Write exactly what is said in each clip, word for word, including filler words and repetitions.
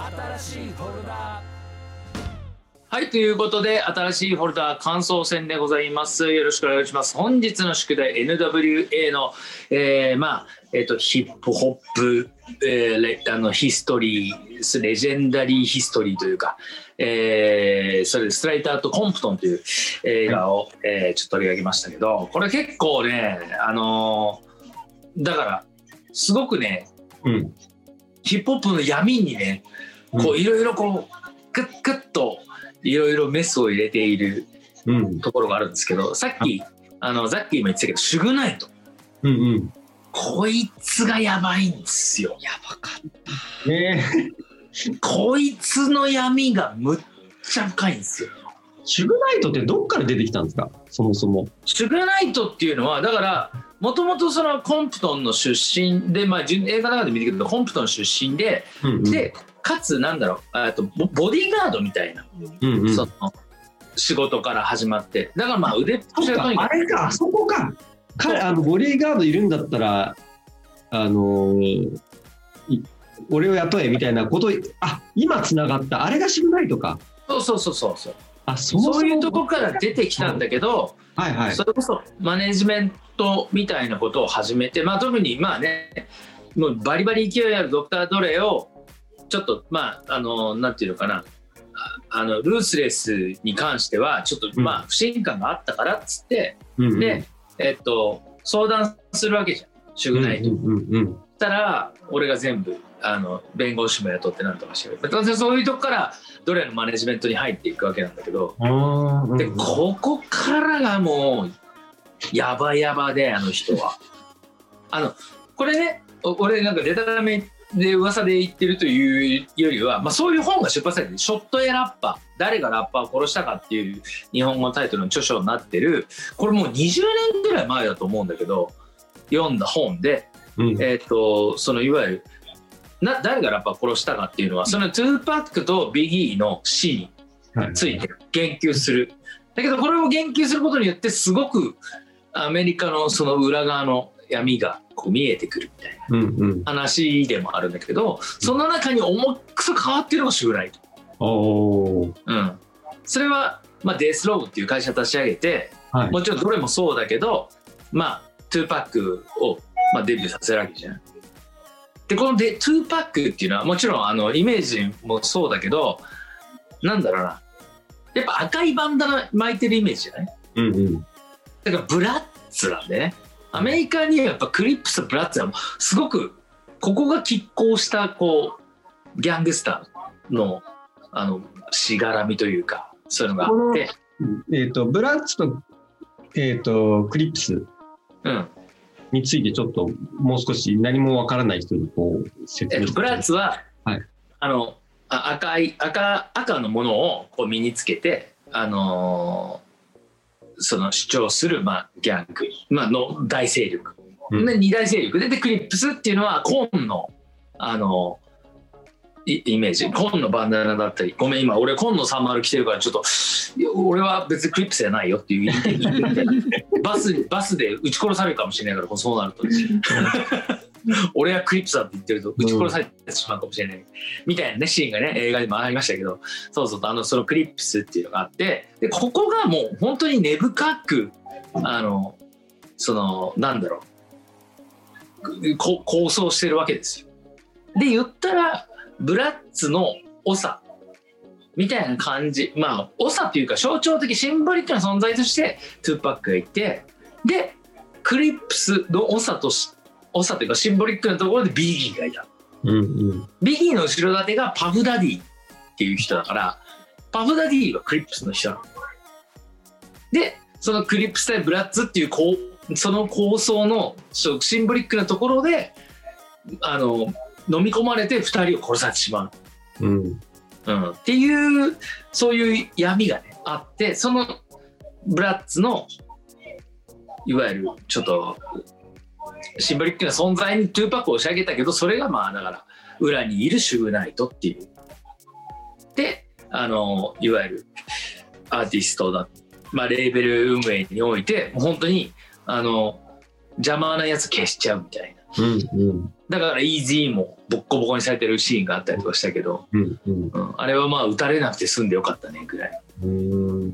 新しいフォルダ。 はい、ということで新しいフォルダ感想戦でございます。よろしくお願いします。本日の宿題 エヌダブリューエー の、えー、まあ、えっと、ヒップホップ、えー、レあのヒストリー、レジェンダリーヒストリーというか、えー、それでストライターとコンプトンという映画を、えー、ちょっと取り上げましたけど、これ結構ね、あのー、だからすごくね、うん、ヒップホップの闇にね、こういろいろこうグッグッといろいろメスを入れているところがあるんですけど、うん、さっきあのザッキーも言ってたけどシュグナイト、うんうん、こいつがやばいんですよ。 やばかったね。 こいつの闇がむっちゃ深いんですよ。 シュグナイトってどっから出てきたんですか、そもそも。 シュグナイトっていうのはだからもともとそのコンプトンの出身で、まあ、映画の中で見てくるとコンプトン出身で、うんうん、でかつなんだろう、とボディーガードみたいな、うんうん、その仕事から始まって、だからまあ腕っぷしがとにかくあれか、あそこか彼あのボディーガードいるんだったらあのー、俺を雇えみたいなこと、あ今つながったあれがシグナイトか。 そうそうそうそうそう、 あそもそもそういうとこから出てきたんだけど、 はいはい、 それこそマネジメントみたいなことを始めて、まあ、特にまあねもうバリバリ勢いあるドクター・ドレをちょっとまああのなんていうのかな、あのルースレスに関してはちょっとまあ不信感があったからっつって、うんうん、でえっと相談するわけじゃんシュグナイト、うんうんうん、そしたら俺が全部あの弁護士も雇ってなんとかしてる。そういうとこからドレのマネジメントに入っていくわけなんだけど、でここからがもうヤバヤバで、あの人はあのこれね、俺なんかデタラメで噂で言ってるというよりは、まあ、そういう本が出版されてる、ショットエラッパー、誰がラッパーを殺したかっていう日本語のタイトルの著書になってる、これもうにじゅうねんぐらい前だと思うんだけど読んだ本で、うん、えー、とそのいわゆるな誰がラッパーを殺したかっていうのはそのトゥーパックとビギーの死について言及する、だけどこれを言及することによってすごくアメリカのその裏側の闇がこう見えてくるみたいな話でもあるんだけど、うんうん、その中に重くそ変わってるのがシュグナイト。お、うん、それは、まあ、デスローブっていう会社立ち上げて、はい、もちろんどれもそうだけど、まあ、トゥーパックを、まあ、デビューさせるわけじゃん。でこのでトゥーパックっていうのはもちろんあのイメージもそうだけど、なんだろうな、やっぱ赤いバンダナ巻いてるイメージじゃない、うんうん、だからブラッツなんでね、アメリカにはやっぱクリップスとブラッツはすごくここが拮抗したこうギャングスターのあのしがらみというかそういうのがあって、 えー、とブラッツと、えー、とクリップスについてちょっともう少し何もわからない人にこう説明して、 ブラッツは、はい、あの赤い 赤, 赤のものをこう身につけて、あのーその主張する、まあ、ギャング、まあ、の大勢力、うん、で二大勢力で、でクリップスっていうのはコーンの、あのイメージ、コーンのバンダナだったり、ごめん今俺コーンのさんじゅう着てるからちょっと俺は別にクリップスじゃないよっていうバスバスで撃ち殺されるかもしれないから、そうなると俺はクリップスだって言ってると撃ち殺されてしまうかもしれない、うん、みたいなねシーンがね映画にもありましたけど、そうそうとあのそのクリップスっていうのがあって、でここがもう本当に根深くあのそのなんだろうこ構想してるわけですよ。で言ったらブラッツの長みたいな感じ、まあ長というか象徴的シンボリックな存在としてトゥーパックがいて、でクリップスの長として長というかシンボリックなところでビギーがいた、うんうん、ビギーの後ろ盾がパフダディっていう人だから、パフダディはクリップスの人なので、そのクリップス対ブラッツっていうこうその構想のシンボリックなところであの飲み込まれてふたりを殺されてしまう、うんうん、っていうそういう闇がねあって、そのブラッツのいわゆるちょっとシンボリックな存在にトゥーパックを押し上げたけど、それがまあだから裏にいるシュグナイトっていうで、あのいわゆるアーティストだ、まあ、レーベル運営において本当にあの邪魔なやつ消しちゃうみたいなうんうん、 だからイージーもボッコボコにされてるシーンがあったりとかしたけど、 うんうんうん、 あれはまあ打たれなくて済んでよかったねぐらい、 うん、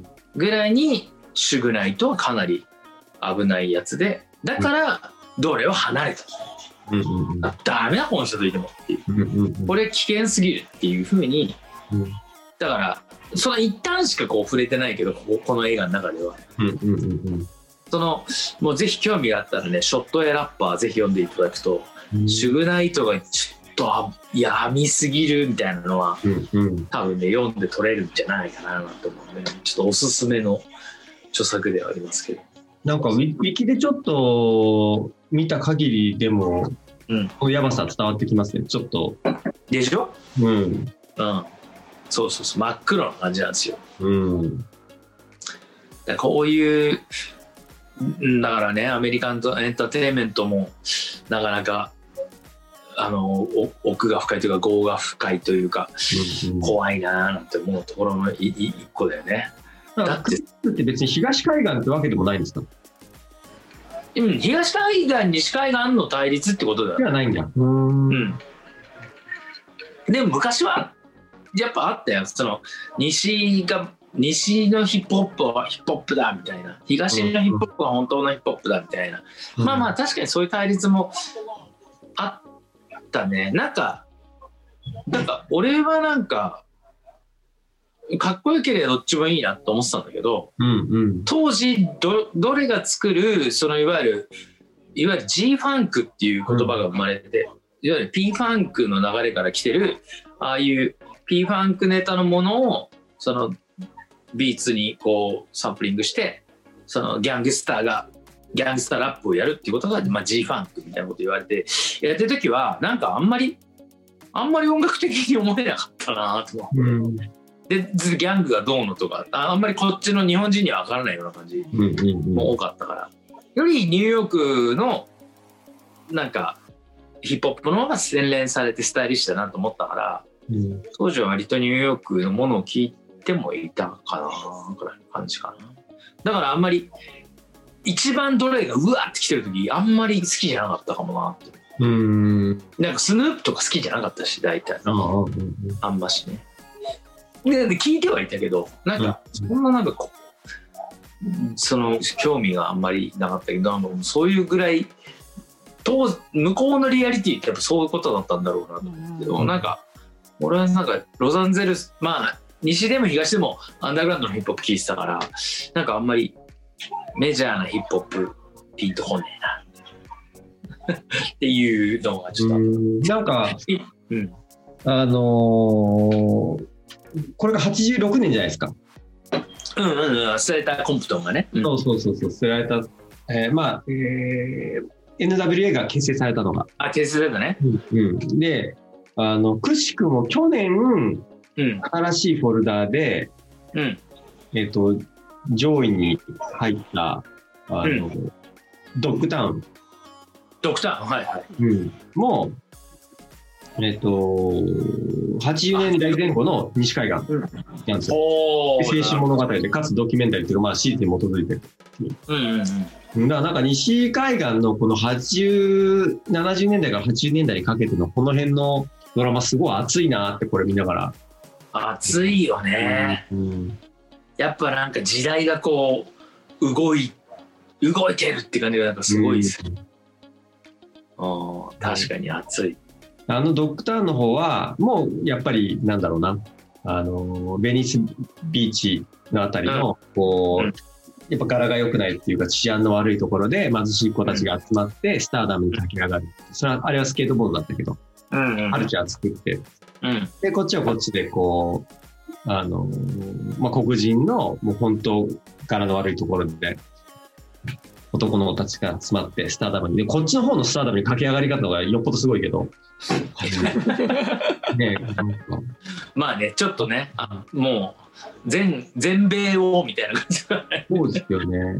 ぐらいにシュグナイトはかなり危ないやつで、だからドレは離れた、うんうんうん、ダメだこの人といてもっていう、うんうんうん、これ危険すぎるっていう風に、うん、だからその一旦しかこう触れてないけど こ, この映画の中では、うんうんうんうん、そのもうぜひ興味があったらね、ショットエラッパーぜひ読んでいただくと、うん、シュグナイトがちょっと闇すぎるみたいなのは、うんうん、多分ね読んで取れるんじゃないかなと思うので、ちょっとおすすめの著作ではありますけど、なんかウィキでちょっと見た限りでも、うん、やばさ伝わってきますね、ちょっと。 でしょ？ うん。うん。 そうそうそう、真っ黒な感じなんですよ。うん。だこういう、だからね、アメリカンエンターテインメントもなかなかあの奥が深いというか業が深いというか、うんうん、怖いなーなんて思うところの一個だよね。 だってって別に東海岸ってわけでもないんですか？ うん、東海岸西海岸の対立ってことだよ。 ではないんだ。うん、うん。 でも昔はやっぱあったよ。その西が西のヒップホップはヒップホップだみたいな、東のヒップホップは本当のヒップホップだみたいな、うん、まあまあ確かにそういう対立もあったね。なんかなんか俺はなんかかっこよければどっちもいいなと思ってたんだけど、うんうん、当時 ど, どれが作るそのいわゆるいわゆる G ファンクっていう言葉が生まれて、うん、いわゆる P ファンクの流れから来てるああいう P ファンクネタのものをそのビーツにこうサンプリングしてそのギャングスターがギャングスターラップをやるっていうことが、まあ、G ファンクみたいなこと言われてやってる時はなんかあんまりあんまり音楽的に思えなかったなと思って、うん、でギャングがどうのとか あ, あんまりこっちの日本人には分からないような感じも多かったから、よりニューヨークのなんかヒップホップの方が洗練されてスタイリッシュだなと思ったから、うん、当時は割とニューヨークのものを聞いてもいたかなぐらいの感じかな。だからあんまり一番どれがうわって来てる時あんまり好きじゃなかったかもなって。うーん、なんかスヌープとか好きじゃなかったし大体 あ, あ, あんましね。で聞いてはいたけどなんかそんななんかこうその興味があんまりなかったけど、そういうぐらい当向こうのリアリティってやっぱそういうことだったんだろうなと思うけど、うん、なんか俺はなんかロサンゼルスまあ西でも東でもアンダーグラウンドのヒップホップ聴いてたからなんかあんまりメジャーなヒップホップピンとこねえなっていうのがちょっとなんか、うん、あのー、これがはちじゅうろくねんじゃないですか。 うんうんうん、ストレーターコンプトンがね、 うん、そうそうそうそう、ストレーター、えー、まあ、えー、エヌダブリューエー が結成されたのがあ結成されたね、 うんうん、であのくしくも去年、うん、新しいフォルダーで、うんえーと上位に入ったあの、うん、ドッグタウンドッグタウンはいはい、 うん、もうえっ、ー、とはちじゅうねんだいぜん後の西海岸なんですよ、うん、青春物語でかつドキュメンタリーっていうかまあ史実に基づいてる、うんうんうん、だからなんか西海岸のこのはちじゅう、ななじゅうねんだいからはちじゅうねんだいにかけてのこの辺のドラマすごい熱いなってこれ見ながら熱いよね、うんうん、やっぱなんか時代がこう動い動いてるって感じがなんかすごいでする、うん、あ確かに熱い。 あのドッグタウンの方はもうやっぱりなんだろうなあのベニスビーチのあたりのこう、うん、やっぱ柄が良くないっていうか治安の悪いところで貧しい子たちが集まってスターダムに駆け上がる、それはあれはスケートボードだったけど、うんうん、カルチャー作って、うん、でこっちはこっちでこうあの、まあ、黒人のもう本当柄の悪いところで男の子たちが集まってスターダムにでこっちの方のスターダムに駆け上がり方がよっぽどすごいけどねまあねちょっとねあもう 全, 全米をみたいな感じがそうですよね、うん、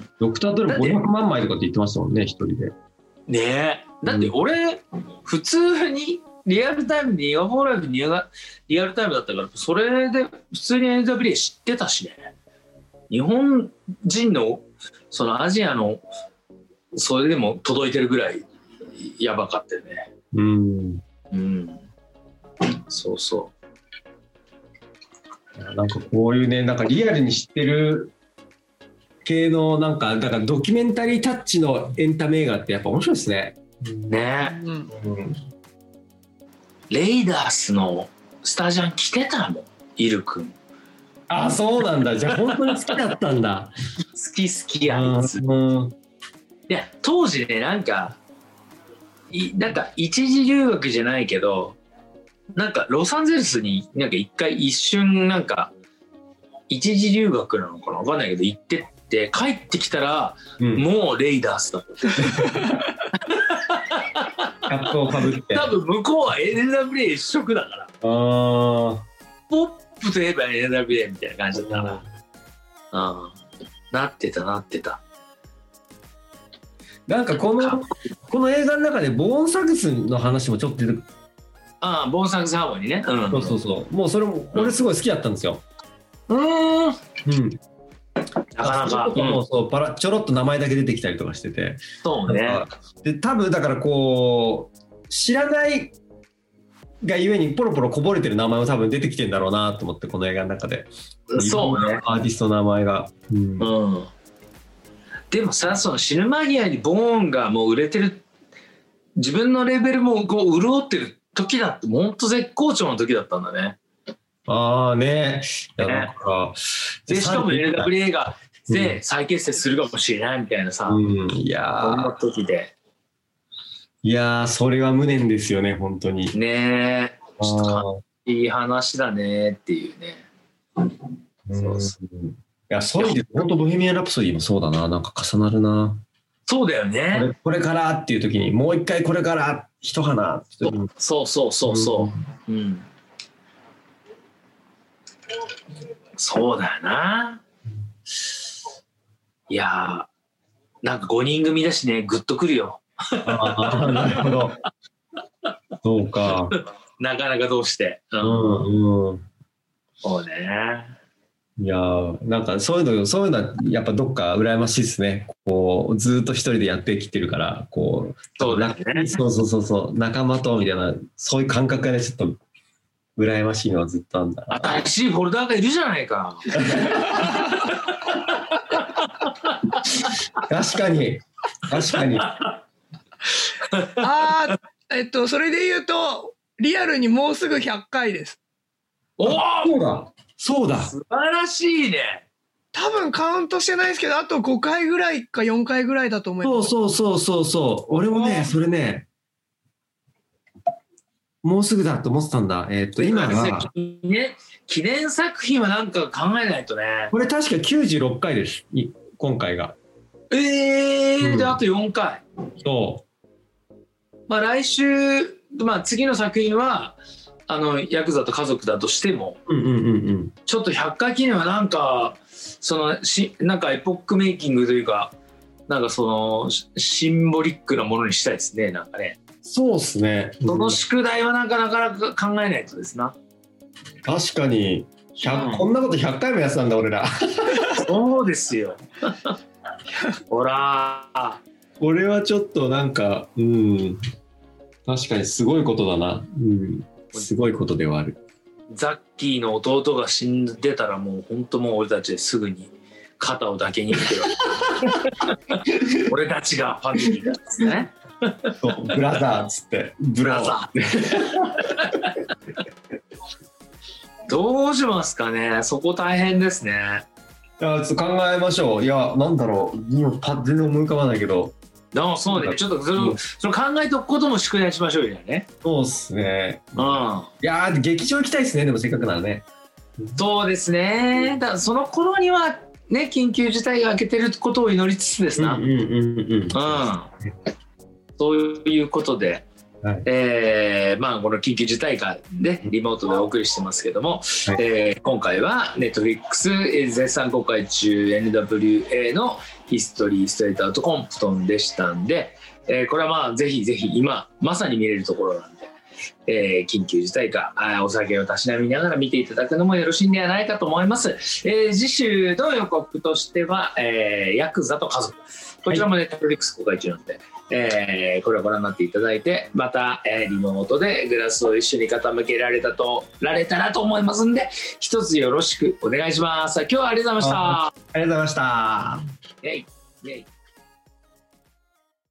ドクタードレごひゃくまんまいとかって言ってましたもんね一人でねえだって俺、うん、普通にリアルタイムにイヤホーライブにリアルタイムだったからそれで普通に エヌダブリューエー 知ってたしね。日本人のそのアジアのそれでも届いてるぐらいやばかったよね。 うん、 うん、そうそう。 なんかこういうね、なんかリアルに知ってる系のなんかだからドキュメンタリータッチのエンタメ映画ってやっぱ面白いですね。 ね、 うん、 レイダースのスタジャン着てたもん、イル君。 あ、そうなんだ。じゃあ本当に好きだったんだ。 好き好きあいつ。いや当時ね、なんかいなんか一時留学じゃないけど、なんかロサンゼルスになんか一回一瞬なんか一時留学なのかな分かんないけど行ってって帰ってきたら、うん、もうレイダースだった。 キャップをかぶって。 多分向こうは エヌダブリューエー 一色だから。あポップといえば エヌダブリューエー みたいな感じだったな。あなってたなってた。 なんかこのこの映画の中でボーンサグスの話もちょっと出てくる。 ああ、ボーンサグスハーモニーね。うん、 そうそうそう。もうそれも俺すごい好きだったんですよ。 うん。うん。 なかなかもうそうパラちょろっと名前だけ出てきたりとかしてて。 そうね。 で多分だからこう知らないがゆえにポロポロこぼれてる名前も多分出てきてるんだろうなと思って、この映画の中で。 そうね。 アーティストの名前が。うん。うん、 でもさ、その死ぬ間際にボーンがもう売れてる、自分のレベルもこう潤ってる時だって、本当絶好調の時だったんだね。 ああね。いやね、 だからでしかも エヌダブリューエー がで再結成するかもしれないみたいなさ、 うん、いやこんな時で。 いやーそれは無念ですよね本当に。 ねえ、ちょっといい話だねっていうね。 うん、そうそう。いやそういう意味で本当ボヘミアン・ラプソディもそうだな、なんか重なるな。 そうだよね。 これ、これからっていう時にもう一回これから一花って時に。 そうそうそうそう。うん。うん、そうだよな。いやーなんかごにん組だしね、グッとくるよ。 ああなるほど。そうか。 なかなかどうして。 うんうんうん。 そうね。 いやーなんかそういうのそういうのはやっぱどっか羨ましいですね。こうずっと一人でやってきてるからこう。 そうだね。 そうそうそうそう仲間とみたいなそういう感覚がねちょっと羨ましいのはずっとあるんだ。 新しいフォルダーがいるじゃないか。 確かに確かに。 ああえっとそれで言うとリアルにもうすぐひゃっかいです。 おおそうだそうだ素晴らしいね。 多分カウントしてないですけどあとごかいぐらいかよんかいぐらいだと思います。 そうそうそうそうそう俺もねそれねもうすぐだと思ってたんだ。えー、っと今は記念、記念作品はなんか考えないとね。 これ確かきゅうじゅうろっかいです今回が。 えー、うん、であとよんかい。 そう。 まあ来週、まあ次の作品はあのヤクザと家族だとしても、 うんうんうんうん、 ちょっとひゃっかい記念はなんかそのしなんかエポックメイキングというかなんかそのシンボリックなものにしたいですねなんかね。 そうですね。 その宿題はなかなか考えないとですな。 確かに、うん、こんなことひゃっかいもやってたんだ俺ら。 そうですよ。ほら。 これはちょっとなんか、うん、確かにすごいことだな。うん、すごいことではある。 ザッキーの弟が死んでたらもう本当もう俺たちですぐに肩を抱きに行ってる。俺たちがファミリーなんですね。 そうブラザーっつってブラザーどうしますかね。そこ大変ですね。 いやちょっと考えましょう。いやなんだろう今パッ全然思い浮かばないけど。 あそうねちょっとそれ、うん、それ考えとくことも宿題しましょうよね。 そうっすね。 うん。 いや劇場行きたいですね。でもせっかくならね。 そうですね。だからその頃にはね緊急事態が明けてることを祈りつつですな。うんうんうんうん。うんそういうことで、はいえーまあ、この緊急事態下でリモートでお送りしてますけども、はいえー、今回は Netflix 絶賛公開中 エヌダブリューエー のヒストリーストレートアウトコンプトンでしたんで、えー、これはまあぜひぜひ今まさに見れるところなんで、えー、緊急事態下お酒をたしなみながら見ていただくのもよろしいんではないかと思います。えー、次週の予告としては、えー、ヤクザと家族こちらもネットフリックス公開中なので、えー、これをご覧になっていただいて、また、えー、リモートでグラスを一緒に傾けられたとられたらと思いますんで、一つよろしくお願いします。今日はありがとうございました。 ありがとうございました。 イェイイェイ